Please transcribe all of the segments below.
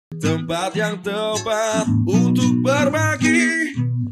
Tempat yang tepat untuk berbagi.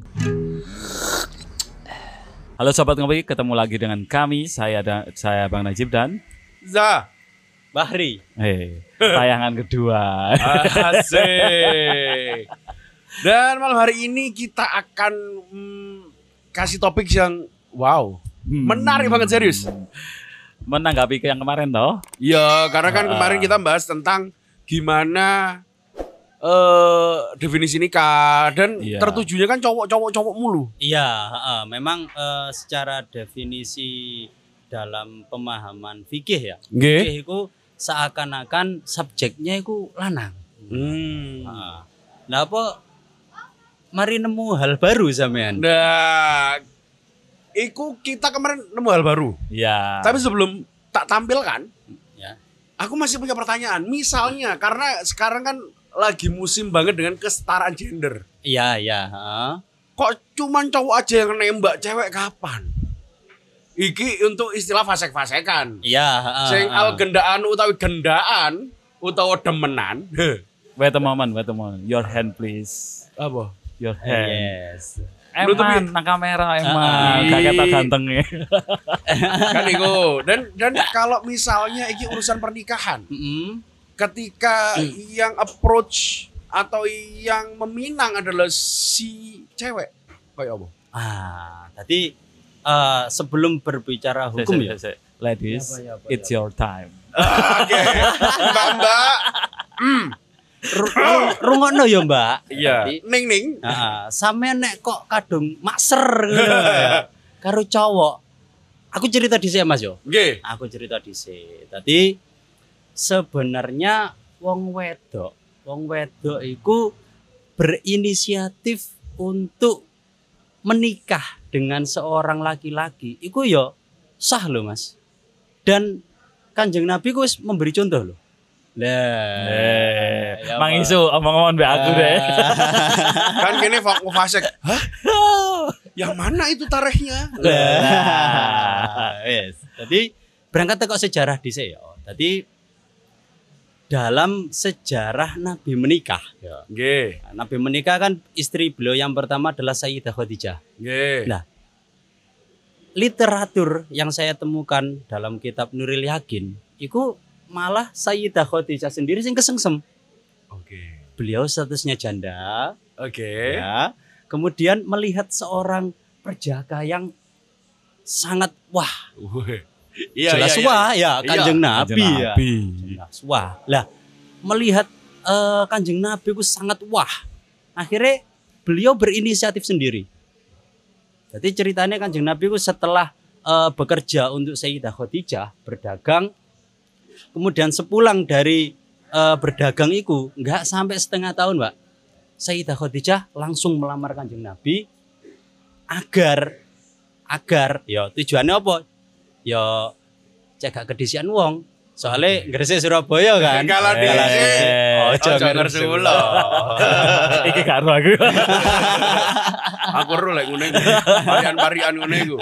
Halo Sobat Ngopi, ketemu lagi dengan kami, saya Bang Najib dan Bahri. tayangan kedua. Asik. Dan malam hari ini kita akan kasih topik yang wow, menarik banget, serius. Menanggapi yang kemarin toh? Ya, karena kan kemarin kita bahas tentang gimana definisi nikah dan Iya. tertujunya kan cowok mulu. Iya, memang secara definisi dalam pemahaman fikih ya. Nggih. Fikih itu seakan-akan subjeknya itu lanang. Nah, apa mari nemu hal baru sampean. Nah, iku kita kemarin nemu hal baru. Iya. Tapi sebelum tak tampilkan, Ya. aku masih punya pertanyaan. Misalnya, karena sekarang kan lagi musim banget dengan kesetaraan gender. Iya, iya, heeh. Kok cuman cowok aja yang nembak cewek kapan? Iki untuk istilah fasek-fasekan. Iya, heeh. Sing al gendaan utawi gendaan utawa demenan. Wait a moment. Your hand please. Apa? Your hand. Yes. Eman, nang kamera emang. Gak ketok gantengnya. Kan iku. Dan kalau misalnya iki urusan pernikahan, ketika yang approach atau yang meminang adalah si cewek, kayak apa? Tadi sebelum berbicara hukum ya. Ladies, Apa? it's your time. Oke, Mbak. Rungokno ya, Mbak. Iya. Tadi, Ning. sampean nek kok kadung makser gitu ya. Karo cowok. Aku cerita dhisik ya, Mas yo. Nggih. Aku cerita dhisik. Tadi sebenarnya wong wedok iku berinisiatif untuk menikah dengan seorang laki-laki. Iku yo sah loh, Mas. Dan Kanjeng Nabi ku wis memberi contoh loh. Lah, ya Mang apa? Isu omong-omong be aku deh. Kan kene fasek. Hah? Yang mana itu tarikhnya? Yes. Jadi berangkat teko sejarah dhisik ya. Tadi dalam sejarah Nabi menikah ya. Nggih. Nabi menikah kan istri beliau yang pertama adalah Sayyidah Khadijah. Nggih. Nah, literatur yang saya temukan dalam kitab Nuril Yakin itu malah Sayyidah Khadijah sendiri sing kesengsem. Oke. Beliau statusnya janda Oke. ya. Kemudian melihat seorang perjaka yang sangat wah, Iya, jelas iya. wah ya Kanjeng Nabi ya. Nabi. Jelas wah. Lah, melihat Kanjeng Nabi itu sangat wah. Akhirnya beliau berinisiatif sendiri. Jadi ceritanya Kanjeng Nabi itu setelah bekerja untuk Sayyidah Khadijah berdagang, kemudian sepulang dari berdagang itu nggak sampai setengah tahun, Mbak. Sayyidah Khadijah langsung melamar Kanjeng Nabi agar ya tujuannya apa? Ya cegak kedisian wong. Soalnya Gresik Surabaya kan. Kalah dhisik. Ojo ngersula. Iki karo aku. Aku ero lek ngene iku. Parian-parian ngene iku.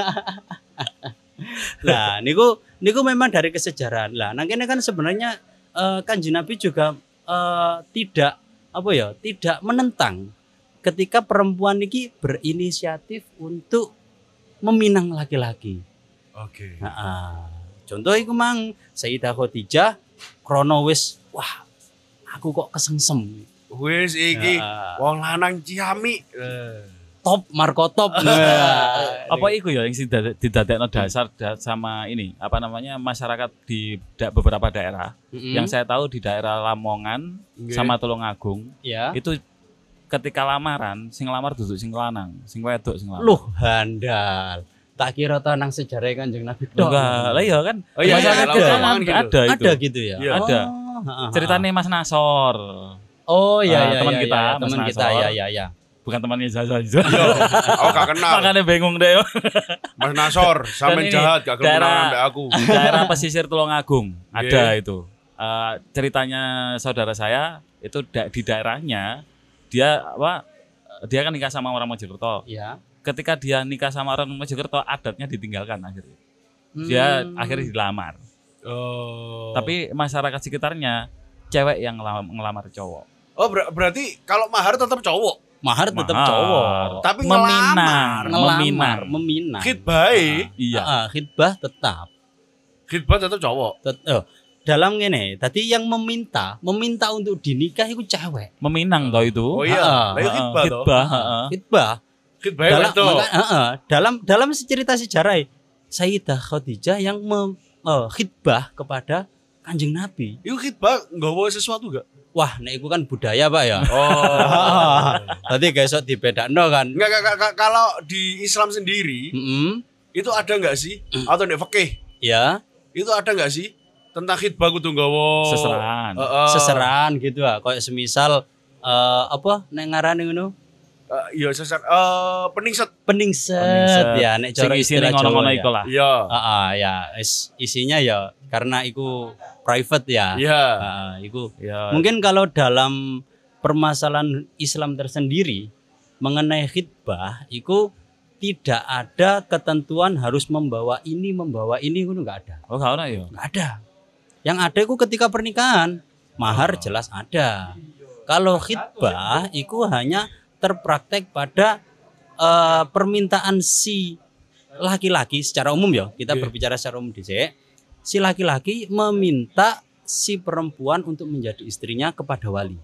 Nah, niku memang dari kesejarahan. Lah, nang kene kan sebenarnya Kanjeng Nabi juga tidak tidak menentang ketika perempuan ini berinisiatif untuk meminang laki-laki. Oke. Contoh iku mang Sayyidah Khadijah krono wis wah aku kok kesengsem. Wis iki wong lanang ciamik. Top Marco top. Apa iku ya yang didadekno dasar sama ini apa namanya masyarakat di beberapa daerah. Yang saya tahu di daerah Lamongan sama Tulungagung ya. itu ketika lamaran sing lamar duduk sing lanang, sing wedok sing lanang. Luh handal. Tak kira nang sejarah Kanjeng Nabi tok. Enggak, lah iya kan. Oh iya, Masyarakat iya, kan Lamongan gitu. ada itu. Ada gitu ya. Iya. Ada. Oh, Ceritanya Mas Nasor. Oh iya teman kita, Mas teman kita Nasor. ya. Bukan temannya Zaza. Aku gak kenal. Makanya bingung deh. Mas Nasor, sampean ini jahat gak kenal daerah- ambek aku. Daerah pesisir Tulungagung ada Oke. itu. Ceritanya saudara saya itu di daerahnya dia dia kan nikah sama orang Mojokerto. Iya. Ketika dia nikah sama orang Mojokerto, adatnya ditinggalkan akhirnya. Dia akhirnya dilamar. Oh. Tapi masyarakat sekitarnya cewek yang ngelamar cowok. Oh, berarti kalau mahar tetap cowok. Mahar tetap cowok. Tapi meminang. Khitbah. Iya. Khitbah tetap. Khitbah tetap cowok. Dalam gini, tadi yang meminta untuk dinikah itu cewek. Meminang toh itu. Oh iya, Khitbah. Dalam cerita sejarah Sayyidah Khadijah yang khitbah kepada Kanjeng Nabi. Itu khitbah nggawa sesuatu gak? Wah, nek itu kan budaya, Pak ya. Oh. Tadi guys dibedakno kan. Enggak, kalau di Islam sendiri, itu ada enggak sih? Atau di fikih? Ya. Itu ada enggak sih tentang khitbah kudu nggawa seseran gitu ah. Kayak semisal apa nek ngarane ngono? Iya peningset ya nek cara istilah ngono-ngono iku lah. Iya. Ya isinya ya karena iku private ya. Iya. Iku. Ya. Mungkin kalau dalam permasalahan Islam tersendiri mengenai khitbah iku tidak ada ketentuan harus membawa ini ngono enggak ada. Oh, enggak ada ya? Enggak ada. Yang ada iku ketika pernikahan mahar jelas ada. Kalau khitbah iku hanya terpraktek pada permintaan si laki-laki secara umum ya. Kita berbicara secara umum dhisik. Si laki-laki meminta si perempuan untuk menjadi istrinya kepada wali.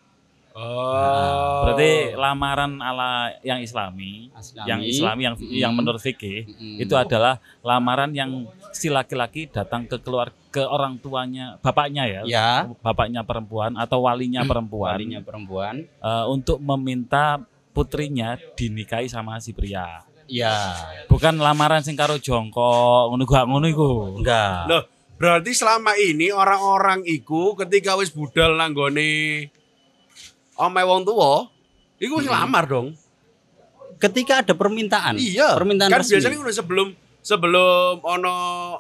Berarti lamaran ala yang Islami. Yang menurut fikih itu adalah lamaran yang si laki-laki datang ke orang tuanya, bapaknya ya. Bapaknya perempuan atau walinya perempuan. Untuk meminta putrinya dinikahi sama si pria. Ya. Bukan lamaran sing karo jongkok ngono iku. Enggak. Loh, berarti selama ini orang-orang iku ketika wis budal nang gone omahe wong tuwa, iku wis lamar dong. Ketika ada permintaan. Iya. Permintaan kan resmi. Biasanya udah sebelum ono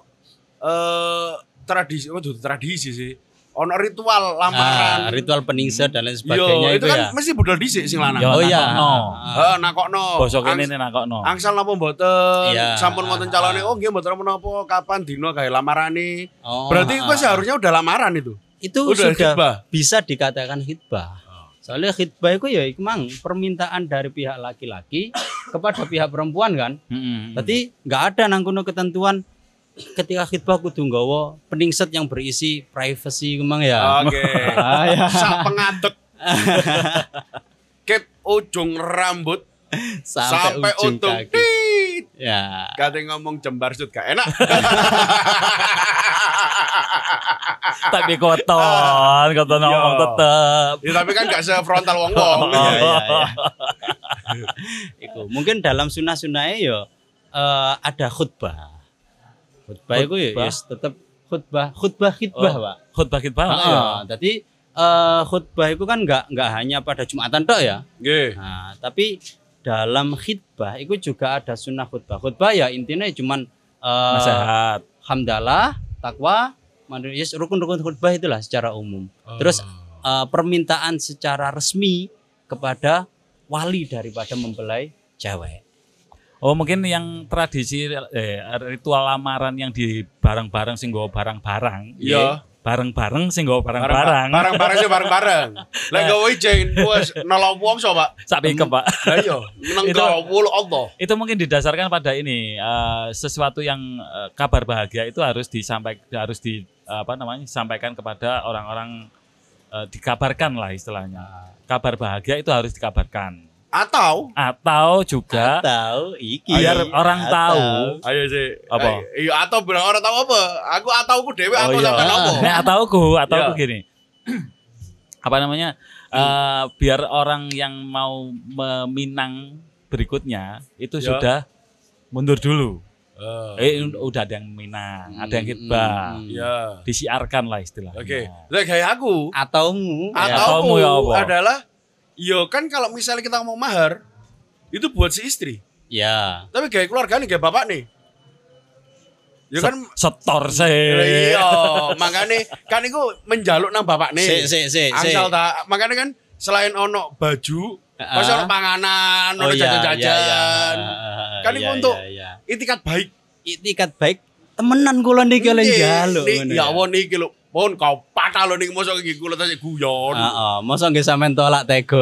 tradisi sih. Ono ritual lamaran, ritual peningset dan lain sebagainya itu kan mesti budal dhisik sing lanang. Oh iya. Nakokno. Basa kene nakokno. Angsal napa mboten? Sampun wonten calone. Oh nggih mboten menapa, kapan dina gawe lamarane. Berarti itu seharusnya udah lamaran itu. Itu udah sudah khitbah. Bisa dikatakan khitbah. Soalnya khitbah itu ya memang permintaan dari pihak laki-laki kepada pihak perempuan kan. Berarti nggak ada nang kono ketentuan ketika khitbah kudu nggawa peningset yang berisi privacy memang ya. Oke. Sak pengadeg. Ket ujung rambut sampai ujung kaki. Ya. Kate ngomong jembar sud gak enak. Tapi koton ngomong tetep. Ya, tapi kan gak se-frontal wong-wong. Iku mungkin dalam sunah-sunahnya ya ada khutbah. Khutbah itu ya tetap khutbah, Pak. Khutbah. Jadi khutbah itu kan enggak hanya pada Jumatan tok ya. Nggih. Nah, tapi dalam khutbah itu juga ada sunnah khutbah. Khutbah ya intinya cuman nasihat, hamdalah, takwa, yes, rukun-rukun khutbah itulah secara umum. Terus permintaan secara resmi kepada wali daripada mempelai cewek. Oh mungkin yang tradisi ritual lamaran yang di bareng-bareng sing nggawa barang-barang. Iya. Bareng-bareng sing nggawa barang-barang. Barang-barang sih bareng-bareng. Lek gawe ijen wis nolong wong so, Pak. Sak pikep, Pak. Lah iya, nang wulu Allah. Itu mungkin didasarkan pada ini sesuatu yang kabar bahagia itu harus disampaikan kepada orang-orang, dikabarkan lah istilahnya. Kabar bahagia itu harus dikabarkan. Atau juga biar orang tahu. Ayo sih. Apa? Iya, atau biar orang tahu apa? Aku atauku dhewe atau sampean apa? Nek atauku gini. Apa namanya? Biar orang yang mau meminang berikutnya itu sudah mundur dulu. Udah ada yang minang, ada yang khitbah. Disiarkan lah istilahnya. Oke. Lah kayak aku ataumu ya apa? Adalah yo kan kalau misalnya kita ngomong mahar itu buat si istri. Ya. Tapi kayak keluarga nih, kayak bapak nih. Ya kan setor sih. Iya, makanya kan itu menjaluk nang bapak nih. Angsal tak, makanya kan selain ono baju, masih ono panganan, ono jajan-jajan. Kan itu untuk itikat baik. Itikat baik temenan kula niki oleh njaluk. Ya Allah niki lho, Pun kau patah lho ning mosok iki kula tasik guyon. Heeh, mosok nggih sampean tolak tego.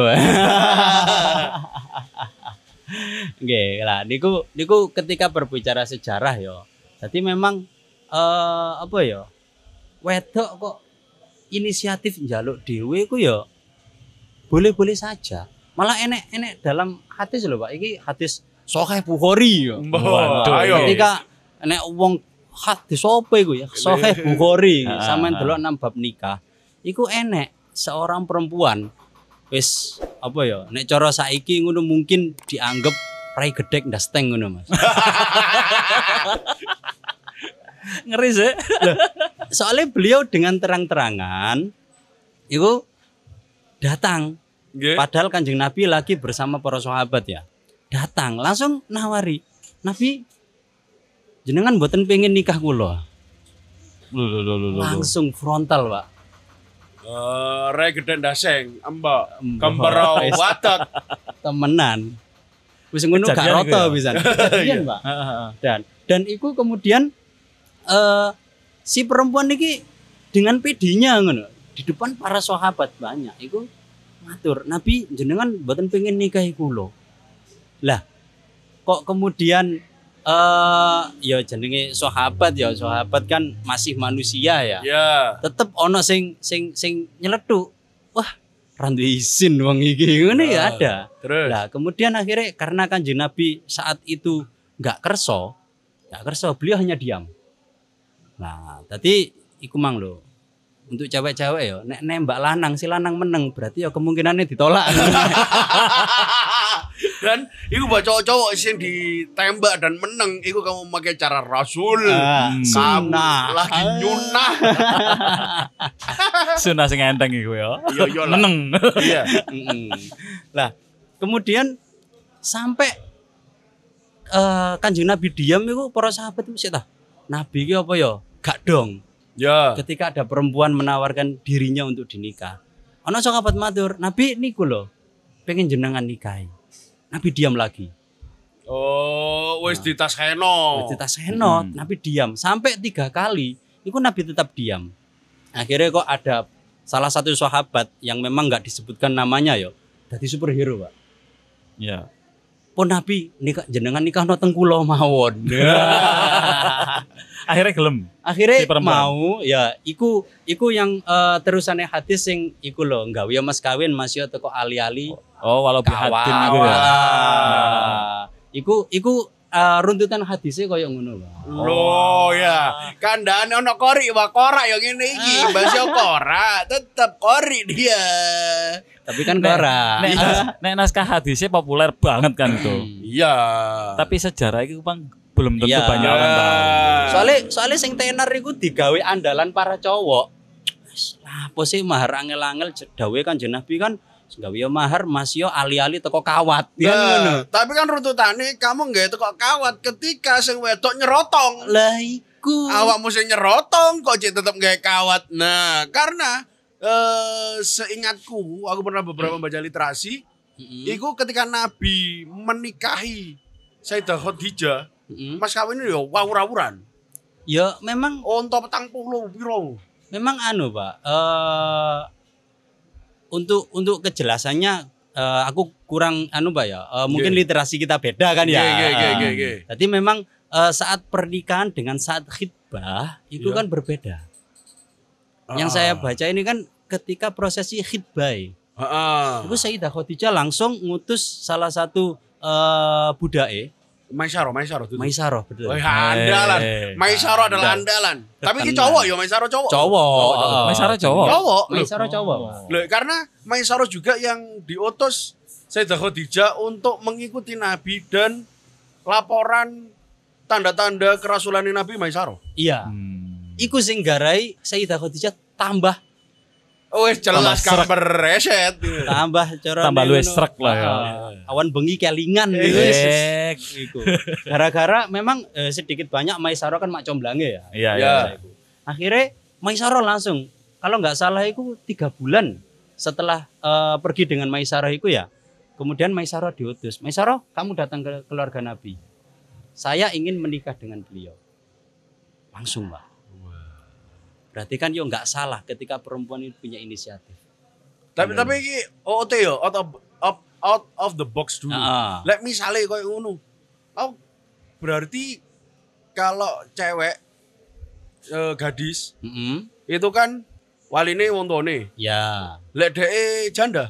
Nggih, lah niku ketika berbicara sejarah ya. Jadi memang apa ya? Wedok kok inisiatif njaluk dhewe iku ya boleh-boleh saja. Malah enek dalam hadis lho Pak. Iki hadis Sahih Bukhari ya. Ayo. Ketika enek wong hadis apa iku ya? Sahih Bukhari. Sampeyan delok 6 bab nikah. Iku enek seorang perempuan wis apa ya? Nek cara saiki ngono mungkin dianggap rai gedek ndasteng ngono Mas. Ngeri sih. Soalnya beliau dengan terang-terangan itu datang. Padahal Kanjeng Nabi lagi bersama para sahabat ya. Datang langsung nawari. Nabi jenengan mboten pengen nikah kula. Langsung frontal, Pak. Rai gedek ndaseng, Mbak. Kembara watak Temenan. Wis ngono gak rata pisan. Kejadian, Pak. Dan itu kemudian si perempuan ini dengan pedinya ngono di depan para sahabat banyak iku matur Nabi jenengan mboten pengen nikahi kula. Lah kok kemudian ya jenenge sahabat kan masih manusia ya. Ya. Tetep ono sing nyeletuk. Wah, ra duwe izin wong iki ngene ya ada. Terus. Lah kemudian akhirnya karena Kanjeng Nabi saat itu enggak kerso, beliau hanya diam. Nah, tadi iku mang lho. Untuk cewek-cewek ya, nek nembak lanang si lanang meneng berarti ya kemungkinannya ditolak. Dan iku buat cowok-cowok sing ditembak dan meneng, iku kamu pakai cara Rasul. Sunnah. Lagi nyunah. Sunah sing enteng iku ya. Iya Meneng. Iya. Lah, kemudian sampai Kanjeng Nabi diam iku para sahabat itu sih tah. Nabi iki apa ya? Gak dong. Ya. Ketika ada perempuan menawarkan dirinya untuk dinikah. Ana sahabat matur, Nabi niku lho pengen jenengan nikahi. Nabi diam lagi. Oh, wis ditaseno. Wis ditaseno, Nabi diam sampai 3 kali. Iku Nabi tetap diam. Akhirnya kok ada salah satu sahabat yang memang enggak disebutkan namanya ya, dadi superhero, Pak. Ya. Pun Nabi jenengan nikah no teng kula mawon. Akhirnya gelem. Akhirnya Si perempuan. mau ya iku yang terusane hadis sing iku lho nggawe mas kawin mas yo teko ali-ali. Oh, walau bihatin gitu ya. Iku runtutan hadisnya koyo ngono, Pak. Loh ya, kandhane ono kori wa korak ya ngene iki. Bahasa korak, tetep kori dia. Tapi kan ora. Nek naskah hadisnya populer banget kan itu. Iya. Tapi sejarah itu Bang belum tentu Iya. banyak orang tahu. Soalnya sing tenar iku digawe andalan para cowok. Wis apa sih mahar angel-angel dawuhe Kanjeng Nabi kan gawe yo mahar mas yo ali-ali teko kawat. Ya ngono. Tapi kan runtutane kamu nggak itu kok kawat ketika sing wedok nyerotong. Lah iku. Awakmu sing nyerotong kok cek tetep gawe kawat. Nah, karena seingatku aku pernah beberapa baca literasi, iku ketika Nabi menikahi Sayyidah Khadijah, mas kawin yo wawur-wawuran. Ya memang Onto 40 piro. memang anu Pak. Untuk kejelasannya aku kurang anu Pak ya. Mungkin literasi kita beda kan ya. Jadi memang saat pernikahan dengan saat khitbah itu kan berbeda. Yang saya baca ini kan ketika prosesi khitbah. Itu Sayyidah Khadijah langsung ngutus salah satu budake Maisarah betul. Andalan. Maisarah adalah andalan. Tapi ini cowok ya, Maisarah cowok. Maisarah cowok. Maisarah cowok. Loh, karena Maisarah juga yang diutus Sayyidah Khadijah untuk mengikuti Nabi dan laporan tanda-tanda kerasulan Nabi Maisarah. Iya. Iku sing garai Sayyidah Khadijah tambah wes jelas kabar reset. Tambah luwih srek lah ya. Awan bengi kelingan iku. Gara-gara memang sedikit banyak Maisarah kan mak comblange ya. Iya. Akhirnya Maisarah langsung kalau nggak salah itu 3 bulan setelah pergi dengan Maisarah itu ya. Kemudian Maisarah diutus. Maisarah, kamu datang ke keluarga Nabi. Saya ingin menikah dengan beliau. Langsung, Pak. berarti kan yo nggak salah ketika perempuan itu punya inisiatif. Tapi ini OOT yo, out of the box dulu. Lek misalnya koyo ngono. Oh, berarti kalau cewek gadis itu kan waline wong tuane. Ya. Lek dhek janda.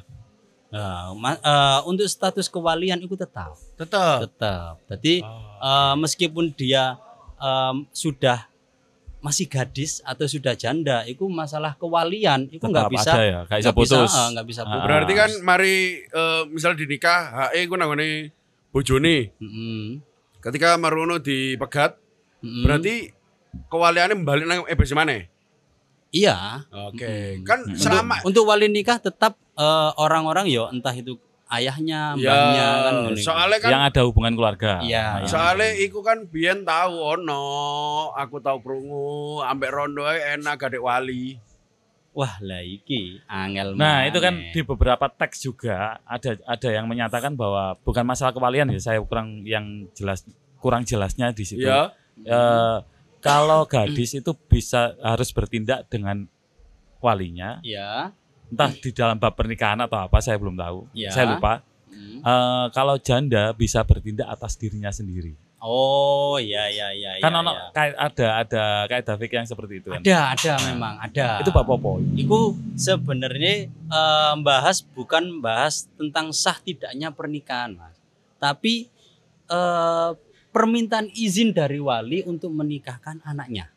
Untuk status kewalian itu tetap. Jadi meskipun dia sudah masih gadis atau sudah janda, itu masalah kewalian itu nggak bisa ya, nggak bisa putus. Berarti kan mari misal dinikah, iku nanggone bojone. Ketika marono dipegat, berarti kewaliannya balik nang mana? Iya. Oke. Kan selama untuk wali nikah tetap orang-orang yo entah itu ayahnya, mbahnya kan soalnya kan yang ada hubungan keluarga. Iya. Soalnya iku kan biyen tahu aku tahu krungu ambek rondo enak gadek wali. Wah, lah iki angel. Nah, itu kan di beberapa teks juga ada yang menyatakan bahwa bukan masalah kewalian ya, saya kurang jelasnya di situ. Ya. Kalau gadis itu harus bertindak dengan walinya. Ya. Entah di dalam bab pernikahan atau apa, saya belum tahu. Ya. Saya lupa. Kalau janda bisa bertindak atas dirinya sendiri. Oh, iya. Kan ada kaidah fikih yang seperti itu kan. Ada memang ada. Itu bab apa? Itu sebenarnya bukan bahas tentang sah tidaknya pernikahan, Mas. Tapi permintaan izin dari wali untuk menikahkan anaknya.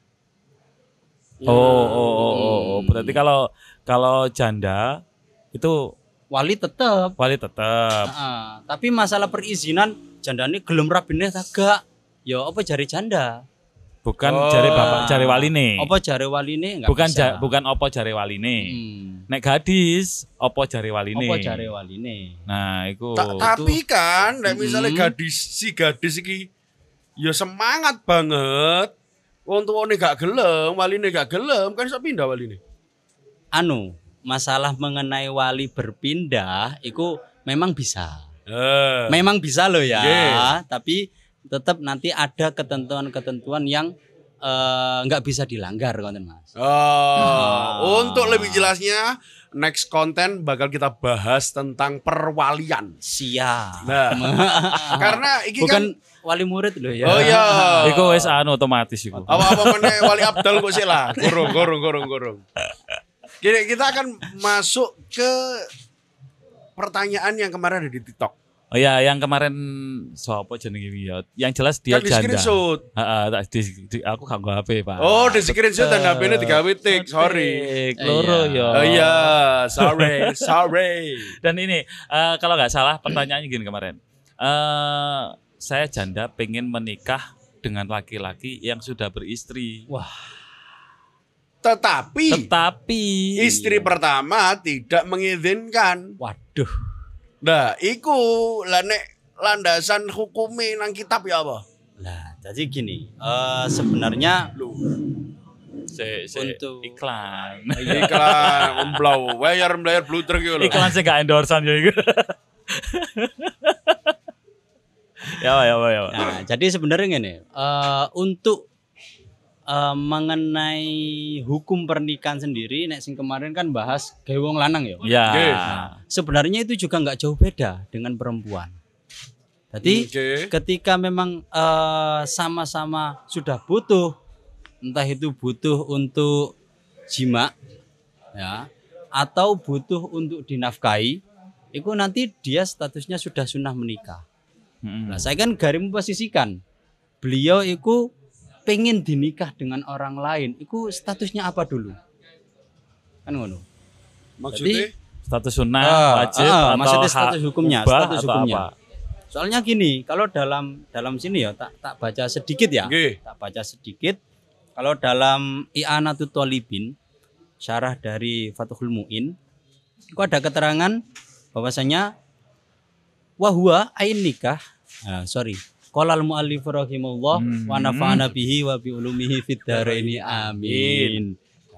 Berarti kalau janda itu wali tetap. Tapi masalah perizinan jandane gelem rabine gak? Ya apa jari janda? Bukan jari bapak, jari waline. Apa jari waline enggak bisa. Bukan apa jari waline. Nek gadis, apa jari waline. Nah, iku. Tapi kan nek misalnya gadis iki ya semangat banget. Wong tuane gak gelem, waline gak gelem, kan iso pindah waline. Masalah mengenai wali berpindah itu memang bisa. Memang bisa loh ya. Tapi tetap nanti ada ketentuan-ketentuan yang nggak bisa dilanggar, konten Mas. Untuk lebih jelasnya, next konten bakal kita bahas tentang perwalian. Siap. Nah, karena iki bukan kan wali murid loh ya. Oh iya. Iku wis otomatis iku. Apa meneh wali abdal kok sih lah. Gorong. Kita akan masuk ke pertanyaan yang kemarin ada di TikTok. Oh ya, yang kemarin siapa jenenge ya? Yang jelas dia kan janda. Screenshot. Aku gak nggo HP, Pak. Oh, di screenshot dan HP-ne digawe tik. Sorry. Loro ya. Oh iya, sorry. Dan ini kalau nggak salah pertanyaannya gini kemarin. Saya janda pengen menikah dengan laki-laki yang sudah beristri. Wah. Tetapi istri iya. pertama tidak mengizinkan. Waduh. Nah, iku lah nek landasan hukumi nang kitab ya apa? Lah, jadi gini, sebenarnya untuk iklan. Iklan bayar bluter gitu loh. Iklan sih gak endorsean ya iku. Ya. Nah, jadi sebenarnya gini, untuk mengenai hukum pernikahan sendiri, nek sing kemarin kan bahas gawe wong lanang ya. Nah, sebenarnya itu juga nggak jauh beda dengan perempuan. Jadi ketika memang sama-sama sudah butuh, entah itu butuh untuk jima, ya, atau butuh untuk dinafkahi, itu nanti dia statusnya sudah sunnah menikah. Nah, saya kan garim posisikan beliau itu pengen dinikah dengan orang lain, itu statusnya apa dulu? Kan ngono. Maksudnya status sunnah, wajib atau maksudnya status hukumnya, apa? Soalnya gini, kalau dalam sini ya tak baca sedikit ya. Tak baca sedikit. Kalau dalam I'anatut Thalibin, syarah dari Fathul Mu'in, itu ada keterangan bahwasanya wahwa ain nikah. Qala al-mu'allif rahimahullah wa nafa'ana bihi wa bi ulumihi fid dharaini amin.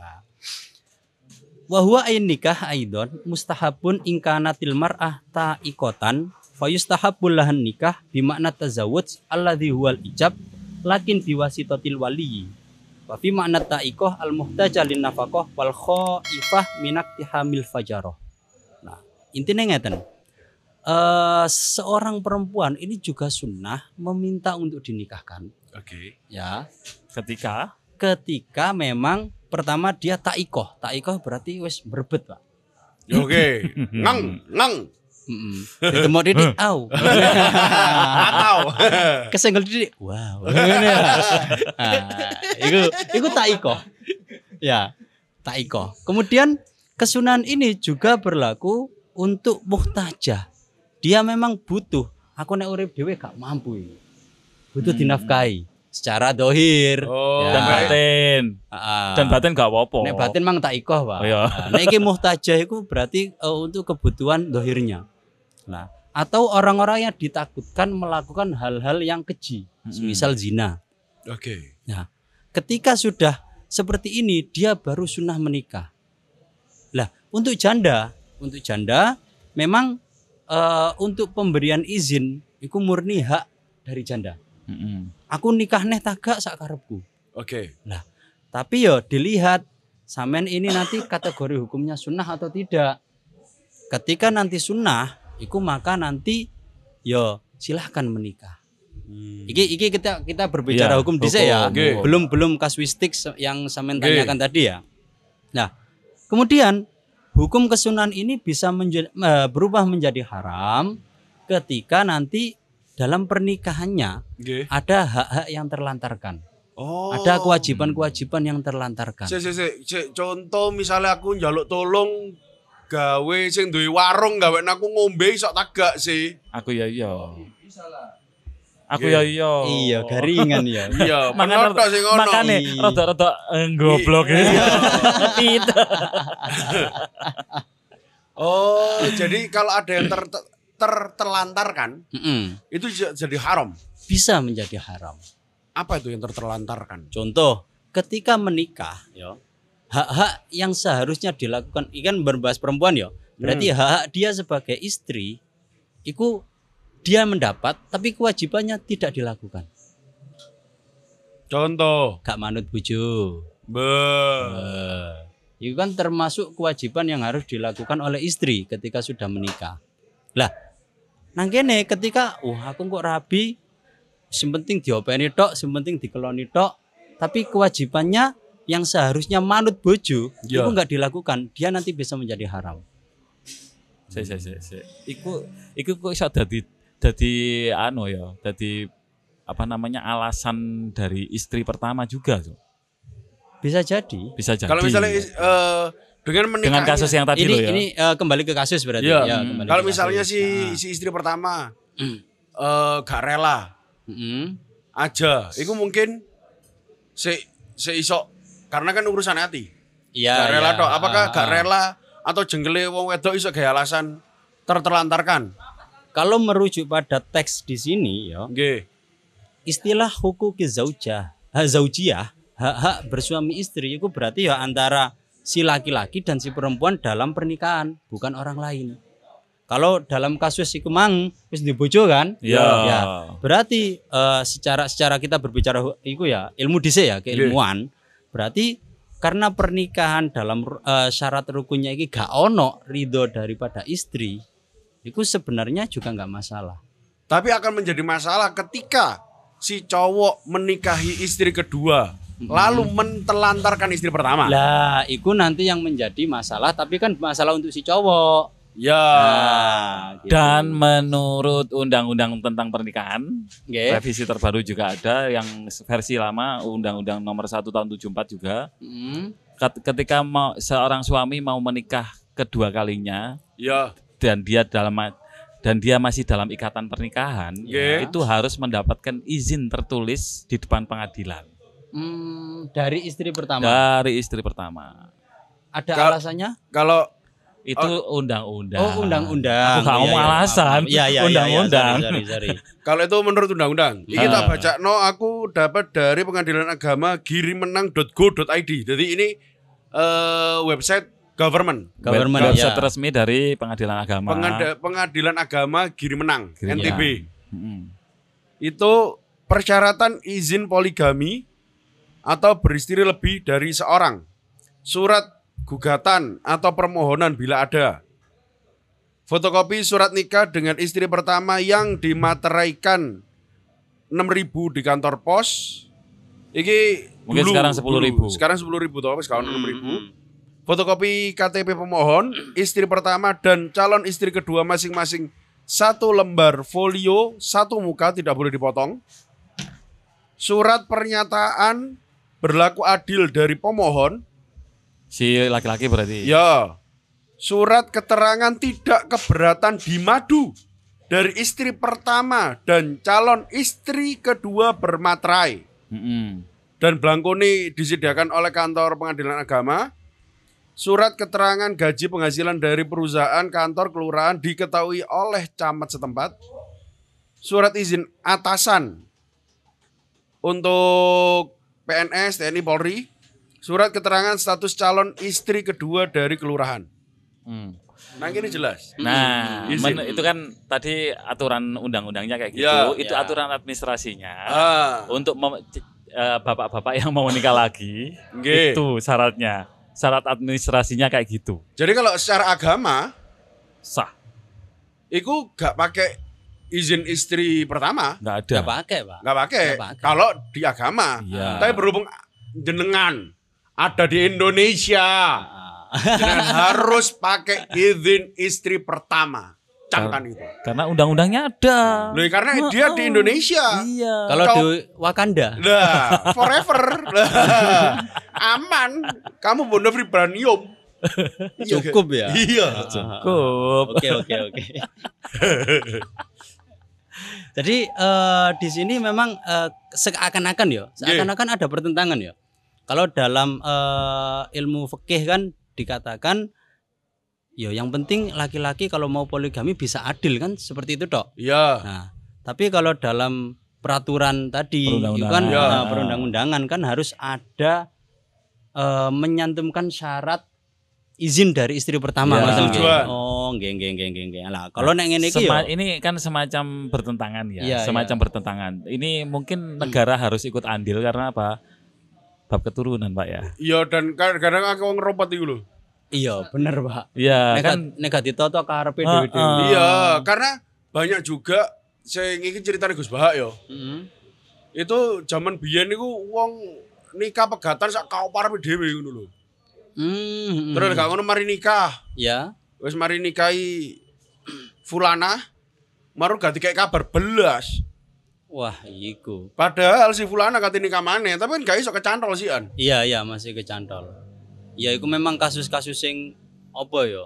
Wa huwa ayn nikah aidon mustahabun in kanatil mar'ah ta'iqatan fa yustahabbul lahan nikah bi makna tazawwuj alladhi huwal ijab lakin biwasitatil wali. Wa fi ma'na ta'iqah al-muhtaja lin nafaqah wal khaifah minaktihamil fajarah. Nah, intinya ngeten. Seorang perempuan ini juga sunnah meminta untuk dinikahkan. Oke. Ya. Ketika memang pertama dia ta'iqah. Ta'iqah berarti wis berebet, Pak. Oke. Nang. Ditemok didik au. Atau kesenggol didik. Wow. Iku ta'iqah. Ya, ta'iqah. Kemudian kesunahan ini juga berlaku untuk muhtajah. Dia memang butuh. Aku nek urip dhewe gak mampu ini. Butuh dinafkahi secara dohir dan batin. Dan batin gak apa-apa. Nek batin mang ta'iqah, Pak. Nek iki muhtajah itu berarti untuk kebutuhan dohirnya. Nah, atau orang-orang yang ditakutkan melakukan hal-hal yang keji, misal zina. Oke. Nah, ketika sudah seperti ini dia baru sunnah menikah. Lah, untuk janda memang untuk pemberian izin itu murni hak dari janda. Aku nikah neh tagak sak karepku. Oke. Nah, tapi yo dilihat sampean ini nanti kategori hukumnya sunnah atau tidak. Ketika nanti sunnah, iku maka nanti yo silahkan menikah. Iki kita berbicara hukum dhisik ya. Belum kasuistik yang sampean tanyakan tadi ya. Nah, kemudian hukum kesunahan ini bisa berubah menjadi haram ketika nanti dalam pernikahannya ada hak-hak yang terlantarkan. Ada kewajiban-kewajiban yang terlantarkan. Contoh misalnya aku njaluk tolong gawe sing duwe warung gawe aku ngombe iso tagak sih. Aku ya iya. Aku ya iya. Iya, garingan ya. Iya, menotok sing ngono. Makane rada-rada goblok ya. Oh, jadi kalau ada yang terlantarkan, itu jadi haram. Bisa menjadi haram. Apa itu yang terlantarkan? Contoh, ketika menikah, ya, hak-hak yang seharusnya dilakukan, ikan berbahas perempuan ya, berarti hak-hak dia sebagai istri, itu dia mendapat, tapi kewajibannya tidak dilakukan. Contoh, gak manut bojo. Itu kan termasuk kewajiban yang harus dilakukan oleh istri ketika sudah menikah. Lah, nang kene ketika aku kok rabi, sing penting diopeni tok, sing penting dikeloni tok, tapi kewajibannya yang seharusnya manut bojo itu enggak dilakukan, dia nanti bisa menjadi haram. Iku kok iso dadi apa namanya alasan dari istri pertama juga tuh. Bisa jadi. Kalau misalnya dengan kasus yang tadi ini kembali ke kasus berarti ya. Kalau misalnya si istri pertama gak rela aja, itu mungkin seiso karena kan urusan hati. Gak rela tok. Apakah gak rela atau jenggele wong wedok iso gawe alasan terlantarkan? Kalau merujuk pada teks di sini ya. Istilah huquqi zaujiyah, hak bersuami istri itu berarti ya antara si laki-laki dan si perempuan dalam pernikahan, bukan orang lain. Kalau dalam kasus iku mang wis dibojo kan? Ya. Berarti secara kita berbicara iku ya ilmu dhisik ya, keilmuan. Berarti karena pernikahan dalam syarat rukunnya iki gak ono ridho daripada istri, itu sebenarnya juga nggak masalah. Tapi akan menjadi masalah ketika si cowok menikahi istri kedua, lalu mentelantarkan istri pertama. Lah, itu nanti yang menjadi masalah, tapi kan masalah untuk si cowok. Ya. Gitu. Dan menurut undang-undang tentang pernikahan, revisi terbaru juga ada, yang versi lama Undang-Undang Nomor 1 Tahun 74 juga. Ketika seorang suami mau menikah kedua kalinya, dan dia masih dalam ikatan pernikahan, itu harus mendapatkan izin tertulis di depan pengadilan. Dari istri pertama. Ada alasannya? Kalau itu undang-undang. Oh, undang-undang. Aku gak ngomong alasan. Undang-undang. Sorry. Kalau itu menurut undang-undang. Ini tak baca. Aku dapat dari Pengadilan Agama girimenang.go.id. Jadi ini website government website resmi dari Pengadilan Agama. Pengadilan Agama Girimenang, NTB. Itu persyaratan izin poligami atau beristri lebih dari seorang. Surat gugatan atau permohonan bila ada. Fotokopi surat nikah dengan istri pertama yang dimateraikan 6.000 di kantor pos. Iki mungkin dulu, sekarang 10.000. Sekarang 10.000 toh, sekarang 6.000. Fotokopi KTP pemohon, istri pertama dan calon istri kedua masing-masing 1 lembar folio, 1 muka, tidak boleh dipotong. Surat pernyataan berlaku adil dari pemohon. Si laki-laki berarti. Ya. Surat keterangan tidak keberatan di madu dari istri pertama dan calon istri kedua bermaterai. Dan blankoni disediakan oleh kantor pengadilan agama. Surat keterangan gaji penghasilan dari perusahaan kantor kelurahan diketahui oleh camat setempat. Surat izin atasan untuk PNS, TNI, Polri. Surat keterangan status calon istri kedua dari kelurahan. Nah ini jelas. Nah, itu kan tadi aturan undang-undangnya kayak gitu. Ya, itu ya. aturan administrasinya. Untuk bapak-bapak yang mau menikah lagi, Nggih. itu syaratnya. Syarat administrasinya kayak gitu. Jadi kalau secara agama Sah. itu gak pakai izin istri pertama. Nggak ada. Nggak pakai, Pak. Gak pakai. Nggak pakai. Kalau di agama. Iya. Tapi berhubung jenengan ada di Indonesia, jenengan harus pakai izin istri pertama. Camkan itu. Karena undang-undangnya ada. Loh, karena dia di Indonesia. Iya. Kalau di Wakanda, Lah, forever. Lah, aman. Kamu bondo vibranium. cukup ya. Iya. Cukup. Oke. Jadi di sini memang seakan-akan ya, seakan-akan ada pertentangan ya. Kalau dalam ilmu fikih kan dikatakan, yo yang penting laki-laki kalau mau poligami bisa adil kan, seperti itu dok. Iya. Nah, tapi kalau dalam peraturan tadi itu kan perundang-undangan kan harus ada menyantumkan syarat izin dari istri pertama. Setujuan. Oh, nggih. Lah, kalau nek ngene iki ini kan semacam bertentangan ya, Iya, semacam bertentangan. Ini mungkin negara harus ikut andil karena apa? Bab keturunan, Pak ya. Iya, dan kadang aku ngeropot itu loh. iya, bener, Pak. Iya, Nek ditoto karepe Heeh. dhewe-dhewe. Iya, karena banyak juga saya ingin ceritanya Gus Bahak yo. Itu zaman biyen niku wong nikah pegatan sak kaoparepe dhewe ngono lho. Terus gak ngono mari nikah. Ya. Wis mari nikahi fulana, maru gak dikek kabar belas. Wah, iku. Padahal si fulana kate nikah maneh, tapi kan gak iso kecantol sian. Iya, masih kecantol. Ya, itu memang kasus-kasus yang apa ya?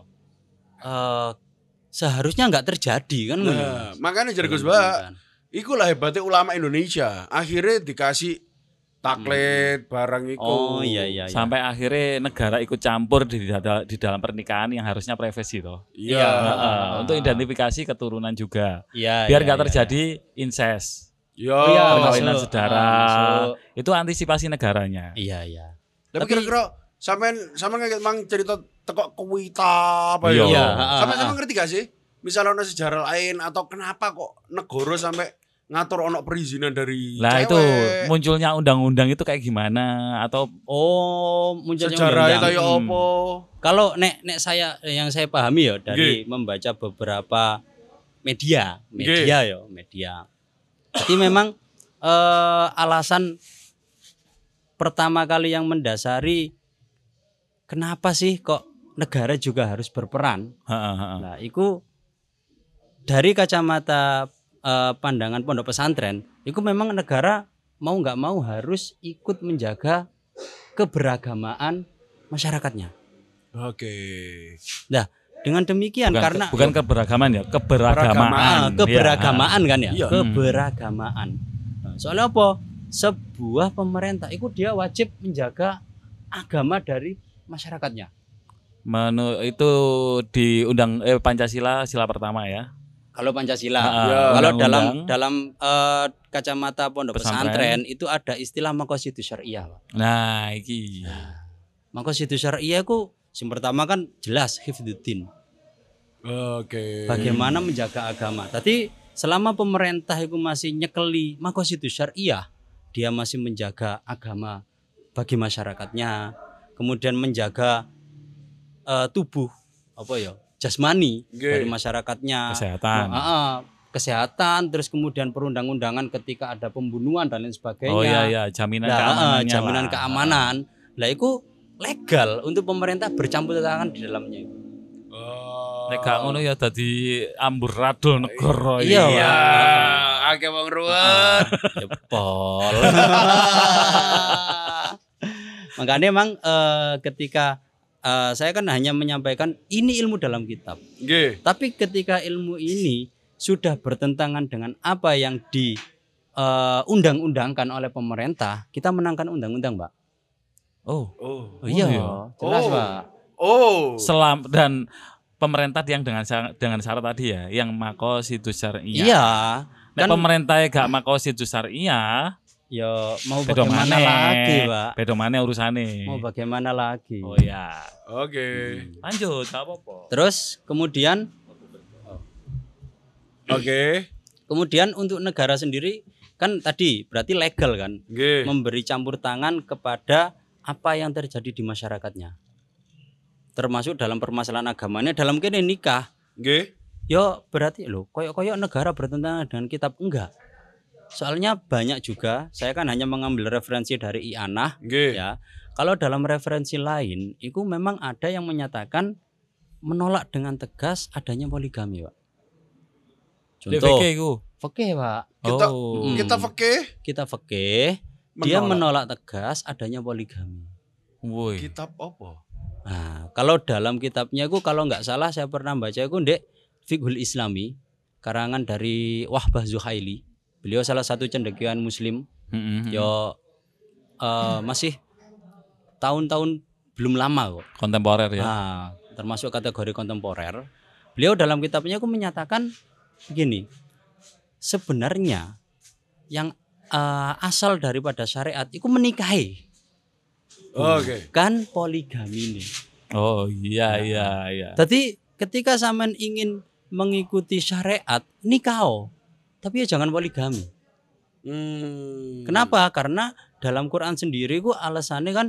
Seharusnya nggak terjadi kan? Nah, makanya jadi Gus Bahak, ikulah hebatnya ulama Indonesia. Akhirnya dikasih taklet barang itu. Oh iya. sampai akhirnya negara ikut campur di dalam pernikahan yang harusnya privasi toh. Iya. Untuk identifikasi keturunan juga. Iya. Biar nggak terjadi incest. Iya. Perkawinan masuk. saudara. Masuk. Itu antisipasi negaranya. Iya. Tapi kira-kira sampean kayak mang cerita teko kuwita apa Iya. ya? Sampean ngerti gak sih? Misalnya ono sejarah lain atau kenapa kok negara sampai ngatur ono perizinan dari Lah cewek? itu munculnya undang-undang itu kayak gimana atau munculnya sejarah itu undang-undang. ya apa? Kalau nek saya yang saya pahami ya dari membaca beberapa media. Jadi memang alasan pertama kali yang mendasari kenapa sih kok negara juga harus berperan? Nah, itu dari kacamata pandangan pondok pesantren, itu memang negara mau nggak mau harus ikut menjaga keberagamaan masyarakatnya. Oke. Nah, dengan demikian bukan keberagaman ya, keberagamaan. Keberagamaan kan ya, Iya. keberagamaan. Nah, soalnya apa? Sebuah pemerintah itu dia wajib menjaga agama dari masyarakatnya. Itu di Pancasila sila pertama ya. Kalau Pancasila, kalau dalam kacamata pondok pesantren itu ada istilah maqasidus syariah. Nah, iki. Maqasidus syariah itu yang pertama kan jelas hifdzuddin. Oke. Bagaimana menjaga agama. Tadi selama pemerintah itu masih nyekeli maqasidus syariah, dia masih menjaga agama bagi masyarakatnya, kemudian menjaga tubuh jasmani dari masyarakatnya, kesehatan, terus kemudian perundang-undangan ketika ada pembunuhan dan lain sebagainya. Oh iya, jaminan keamanan. Lah itu legal untuk pemerintah bercampur tangan di dalamnya itu. Nek gak ngono ya dadi amburadul negara. Iya. Akeh wong ruwet. Ya pol. Makanya memang ketika saya kan hanya menyampaikan ini ilmu dalam kitab. Tapi ketika ilmu ini sudah bertentangan dengan apa yang diundang-undangkan oleh pemerintah, kita menangkan undang-undang, Pak. Iya. Jelas, Pak. Dan pemerintah yang dengan syarat tadi ya, yang makosidus syariah. Iya. Nek pemerintah gak makosidus syariah, ya mau bagaimana lagi, Pak? Beda mana urusane? Mau bagaimana lagi? Oh ya. Oke. Lanjut, gak apa-apa. Terus kemudian kemudian untuk negara sendiri kan tadi berarti legal kan? Memberi campur tangan kepada apa yang terjadi di masyarakatnya. Termasuk dalam permasalahan agamanya, dalam kene nikah. Yo berarti koyok negara bertentangan dengan kitab, enggak. Soalnya banyak juga, saya kan hanya mengambil referensi dari I'anah ya. Kalau dalam referensi lain, itu memang ada yang menyatakan menolak dengan tegas adanya poligami, Pak. Contoh, fikih, Pak. Kita fikih, dia menolak tegas adanya poligami. Kitab apa? Nah, kalau dalam kitabnya itu kalau nggak salah saya pernah baca itu Ndek Fiqhul Islami, karangan dari Wahbah Zuhaili. Beliau salah satu cendekiawan muslim. Masih tahun-tahun belum lama kok. Kontemporer ya. Nah, termasuk kategori kontemporer. Beliau dalam kitabnya itu menyatakan begini. Sebenarnya yang asal daripada syariat itu menikahi. Kan poligami nih. Oh iya. Jadi ketika sampean ingin mengikuti syariat nikah, tapi ya jangan poligami. Kenapa? Karena dalam Quran sendiri ku alasannya kan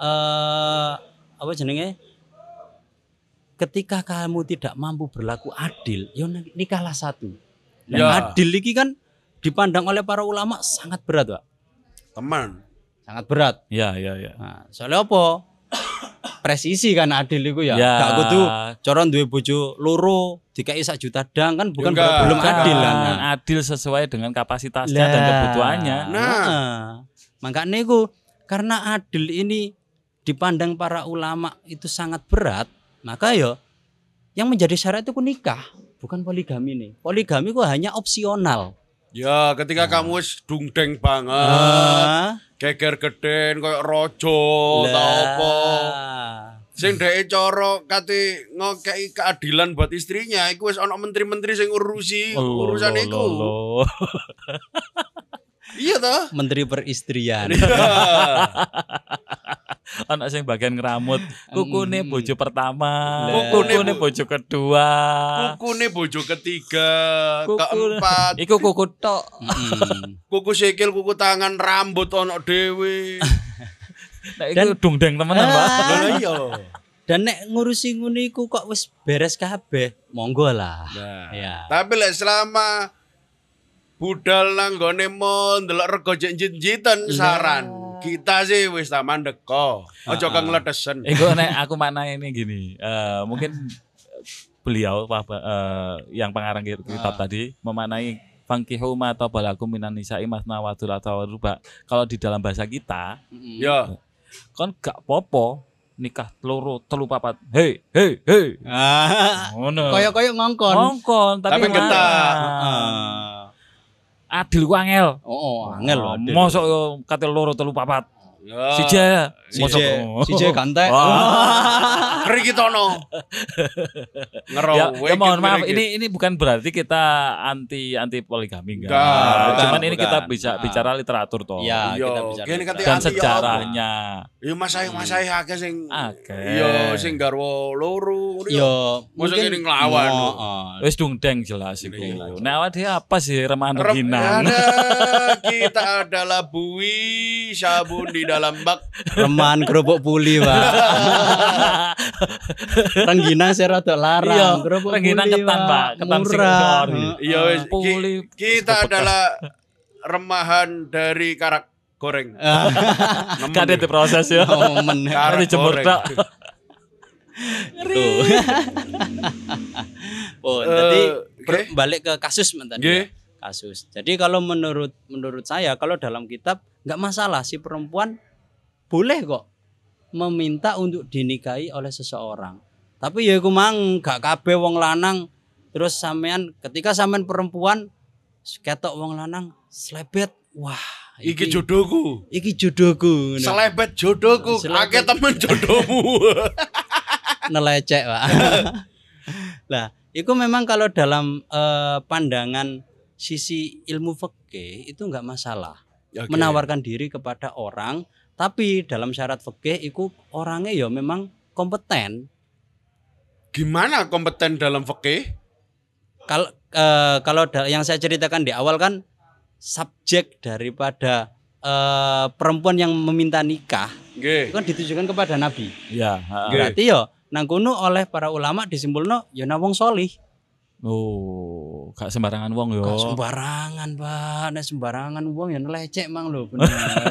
ketika kamu tidak mampu berlaku adil, ya nikahlah satu. Dan adil ini kan dipandang oleh para ulama sangat berat, Pak. Sangat berat. Iya. Nah, soalnya apa? Presisi kan adil itu ya. Gak kudu coron duwe bojo loro dikai 1 juta dang kan belum adil kan. Adil sesuai dengan kapasitasnya dan kebutuhannya. Makanya itu karena adil ini dipandang para ulama itu sangat berat, maka ya yang menjadi syarat itu nikah, bukan poligami nih. Poligami itu hanya opsional. Ya, ketika kamu wis dungdeng banget, geger geden koyo raja ta apa. Sing dhek cara kate ngokeki keadilan buat istrinya, iku wis ana menteri-menteri sing ngurusi urusan iku. Iya toh? Menteri peristrian. Anak sing bagian ngeramut, kukune bojo pertama, kukune bojo kedua, kukune bojo ketiga, keempat. Iku kuku tok. Kuku sikil, kuku tangan, rambut ono dhewe. Nek iku dungdeng temenan, Pak. Lha iya. Dan nek ngurusi ngono iku kok wis beres kabeh, monggo lah. Ya. Tapi lek selama budal nang gone mall ndelok rego jit-jitan saran. Kita sih wis ta mandeko. Aja kang ngledesen. Iku nek aku maknane gini, mungkin beliau yang pengarang kitab tadi memaknai fankihu ma tabalakum minan nisa'i masna wa thulatha wa ruba. Kalau di dalam bahasa kita, ya kan gak popo nikah loro telu papat. Hei. Ngono. Koyo-koyo ngongkon. Tapi ketat. Adil ku angel. Angel lho. Mosok yo kate loro telu papat. Sije gantek. Rikitono. Ya mohon maaf, ini bukan berarti kita anti poligami enggak. Cuman ini kita bisa bicara literatur toh. Iya, kita bicara. Dan sejarahnya. Ya masai akeh sing ya sing garwa loro. Ya mosok ini nglawan. Wis dungdeng jelas iku. Nek awake apa sih remane ginan. Kita adalah bui sabun di dalam bak. Reman kerupuk puli, Pak. Rengginang saya rada larang. Kerupuk Rengginang puli, ketan, Pak. Ketan sing murah. ori. Iya wis. Puli. Kita adalah remahan dari karak goreng. Kade diproses ya. Momen. Karak Dijemur goreng. tok. Tuh. Oh, tadi oke. balik ke kasus mantan. Nggih. Kasus. Jadi kalau menurut saya kalau dalam kitab nggak masalah si perempuan boleh kok meminta untuk dinikahi oleh seseorang. Tapi ya iku mang gak kabeh wong lanang terus sampean ketika sampean perempuan ketok wong lanang slebet. Wah, Iki jodohku. Iki jodohku. Selebet jodohku. Akeh temen jodohmu. Nelecek, Pak. Lah, itu memang kalau dalam pandangan sisi ilmu fikih itu enggak masalah. Oke. Menawarkan diri kepada orang, tapi dalam syarat fikih itu orangnya ya memang kompeten. Gimana kompeten dalam fikih? Kalau yang saya ceritakan di awal kan subjek daripada perempuan yang meminta nikah Nggih. itu kan ditujukan kepada Nabi. Iya, Berarti ya nang kono oleh para ulama disimpulno ya nang wong salih. Oh, gak sembarangan wong yo. Gak sembarangan, Pak. Nek sembarangan wong ya nelecek mang lho, bener.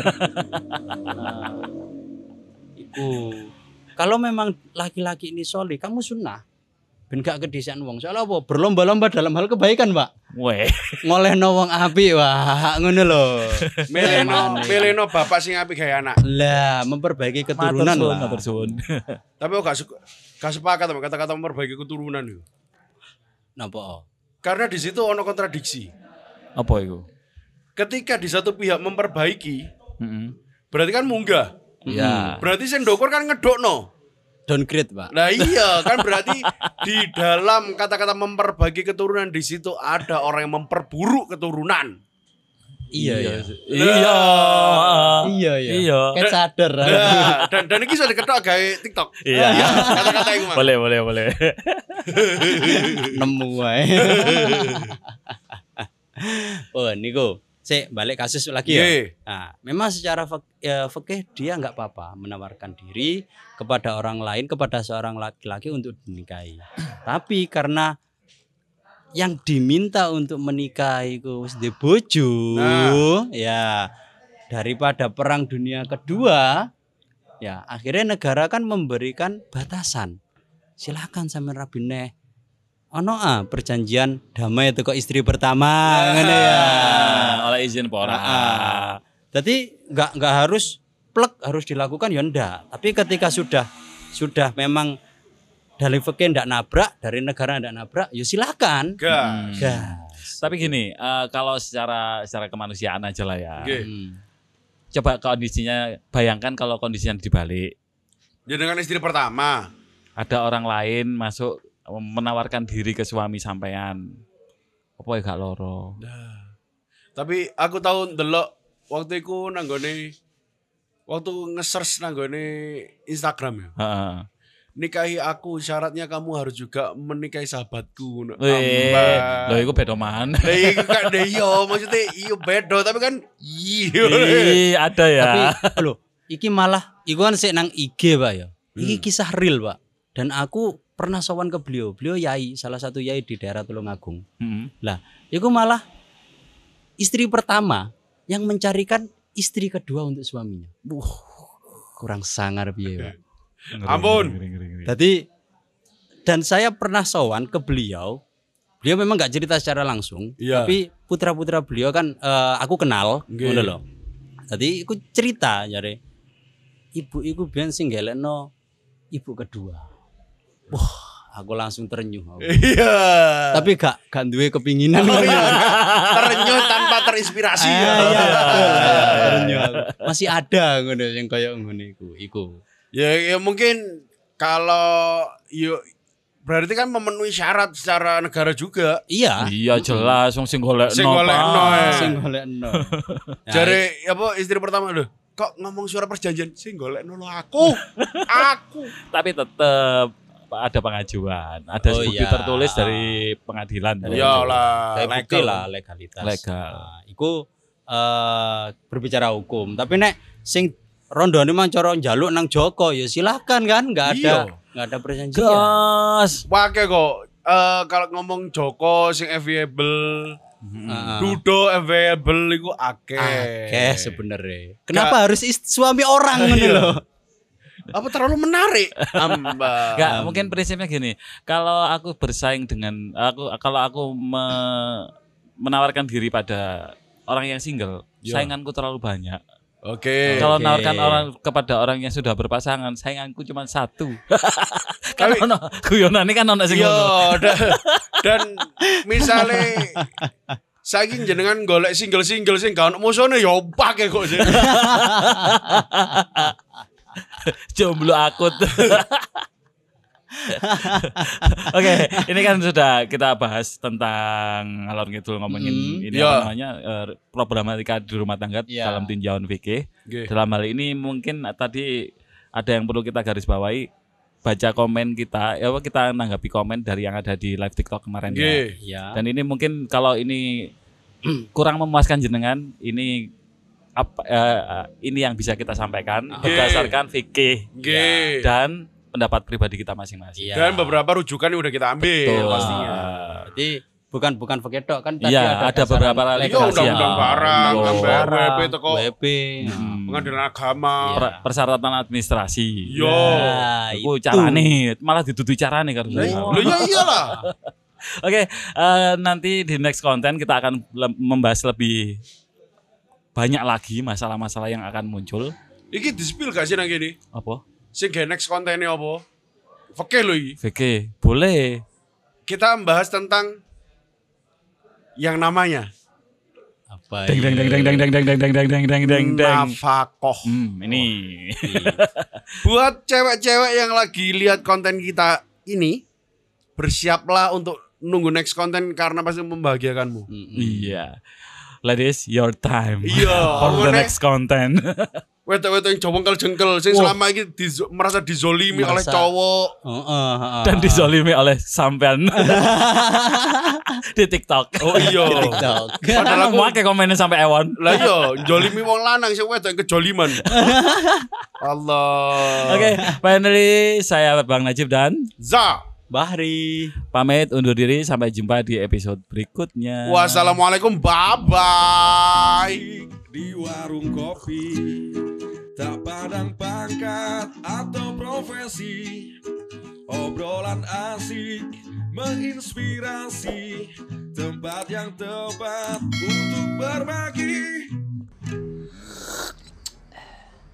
Iku. Kalau memang laki-laki ini solih, kamu sunnah. Ben gak kedisian wong. Soalnya apa? Berlomba-lomba dalam hal kebaikan, Pak. Weh. Ngolehno wong apik, Pak. Ngono lho. Mileno bapak sing apik gawe anak. Lah, memperbaiki keturunan lah. Matur suwun. Tapi aku gak sepakat sama kata-kata memperbaiki keturunan itu. Napa? Karena di situ ono kontradiksi. Apa itu? Ketika di satu pihak memperbaiki, Heeh. berarti kan munggah. Iya. Berarti sing ndokur kan ngedokno. Downgrade, Pak. Nah iya kan berarti di dalam kata-kata memperbaiki keturunan di situ ada orang yang memperburuk keturunan. Iya, iya. Iya. Iya, iya. Iya. Kayak sadar. Nah, dan ini sudah diketok gawe TikTok. Iya. Kata-kata itu Mas. Boleh. Nemu wae. Oh, niku. Sik balik kasus lagi ya. Nggih. Nah, memang secara fikih dia nggak apa-apa menawarkan diri kepada orang lain, kepada seorang laki-laki untuk dinikahi. Tapi karena yang diminta untuk menikahi ku wis duwe bojo, ya daripada perang dunia kedua, ya akhirnya negara kan memberikan batasan. Silakan sampean rabine ono perjanjian damai itu kok istri pertama ngene ya. Oleh izin apa ora? Jadi enggak harus plek harus dilakukan ya ndak. Tapi ketika sudah memang dari fikih ndak nabrak, dari negara ndak nabrak, ya silakan. Gas. Tapi gini, kalau secara kemanusiaan aja lah ya. Nggih. Coba kondisinya, bayangkan kalau kondisinya dibalik. Ya dengan istri pertama. Ada orang lain masuk menawarkan diri ke suami sampean. Apa ya gak loro? Tapi aku tahu ndelok waktu iku nanggone waktu nge-search nanggone Instagram ya. Heeh. Nikahi aku syaratnya kamu harus juga menikahi sahabatku. Lho iku beda man. Lah iku kan yo maksudnya iyo beda tapi kan iyo. Ada ya. Tapi lho, iki malah iku kan sik nang IG, Pak ya. Iki kisah real, Pak. Dan aku pernah sowan ke beliau. Beliau yai, salah satu yai di daerah Tulungagung. Lah, iku malah istri pertama yang mencarikan istri kedua untuk suaminya. Kurang sangar piye, Pak. Ampun. Jadi dan saya pernah sowan ke beliau. Beliau memang nggak cerita secara langsung, tapi putra-putra beliau kan aku kenal, ngono lho. Jadi aku cerita jare ibu iku biyen sing gelekno ibu kedua. Wah, aku langsung terenyuh. Iya. Tapi gak duwe kepinginan. Terenyuh tanpa terinspirasi. Terenyuh aku. Masih ada ngono yang kaya ngono iku. Ya mungkin kalau berarti kan memenuhi syarat secara negara juga. Iya. Iya jelas wong sing golekno. Sing golekno. Jare apa istri pertama lho, kok ngomong suara perjanjian sing golekno lho aku. Tapi tetep ada pengajuan, ada bukti tertulis dari pengadilan. Iyalah, legalitas. Legal. Nah, iku berbicara hukum. Tapi nek sing rondone mang cara njaluk nang Joko ya silahkan kan, enggak ada perjanjian. Gas. Wake kok kalau ngomong Joko sing available, Dudo available iku akeh sebenarnya. Kenapa harus suami orang ngono lho? Apa terlalu menarik? Enggak, mungkin prinsipnya gini. Kalau aku bersaing dengan kalau aku menawarkan diri pada orang yang single, sainganku terlalu banyak. Oke. Kalau menawarkan orang kepada orang yang sudah berpasangan, sainganku cuma satu. Kan ono guyonane kan ono sing ngono. Dan misalnya saiki jenengan golek single-single sing gak ono musone ya pake kok. Jomblo akut. Oke, ini kan sudah kita bahas tentang ngalor ngidul ngomongin ini apa namanya problematika di rumah tangga dalam tinjauan VK. Dalam hal ini mungkin tadi ada yang perlu kita garis bawahi, baca komen kita, kita menanggapi komen dari yang ada di live TikTok kemarin ya. Dan ini mungkin kalau ini kurang memuaskan jenengan, ini ini yang bisa kita sampaikan berdasarkan VK dan pendapat pribadi kita masing-masing. Dan beberapa rujukan yang udah kita ambil pastinya. Jadi bukan Vekedok kan tadi ada beberapa undang-undang barang, WP teko pengadilan agama, persyaratan administrasi. Itu carane, malah dituduh carane kan. Ya iyalah. Oke, nanti di next konten kita akan membahas lebih banyak lagi masalah-masalah yang akan muncul. Iki di-spill gak sih nang kene? Apa? Sing next kontennya apa? Oke lho iki. Oke, boleh. Kita membahas tentang yang namanya apa? Nafakoh. Ini. Buat cewek-cewek yang lagi lihat konten kita ini, bersiaplah untuk nunggu next konten karena pasti membahagiakanmu. Iya. Ladies, your time. For the next content. Wetok-wetok yang jongkel-jengkel sing selama ini merasa dizolimi oleh cowok dan dizolimi oleh sampean di TikTok. Oh iya. Di TikTok. Padahal aku make komennya sampai ewon. Lah iya, jolimi wong lanang sing wedok kejoliman. Allah. Oke, finally saya Bang Najib dan Bahri pamit undur diri, sampai jumpa di episode berikutnya. Wassalamualaikum, bye bye. Di warung kopi, tak pandang pangkat atau profesi, obrolan asik menginspirasi, tempat yang tepat untuk berbagi.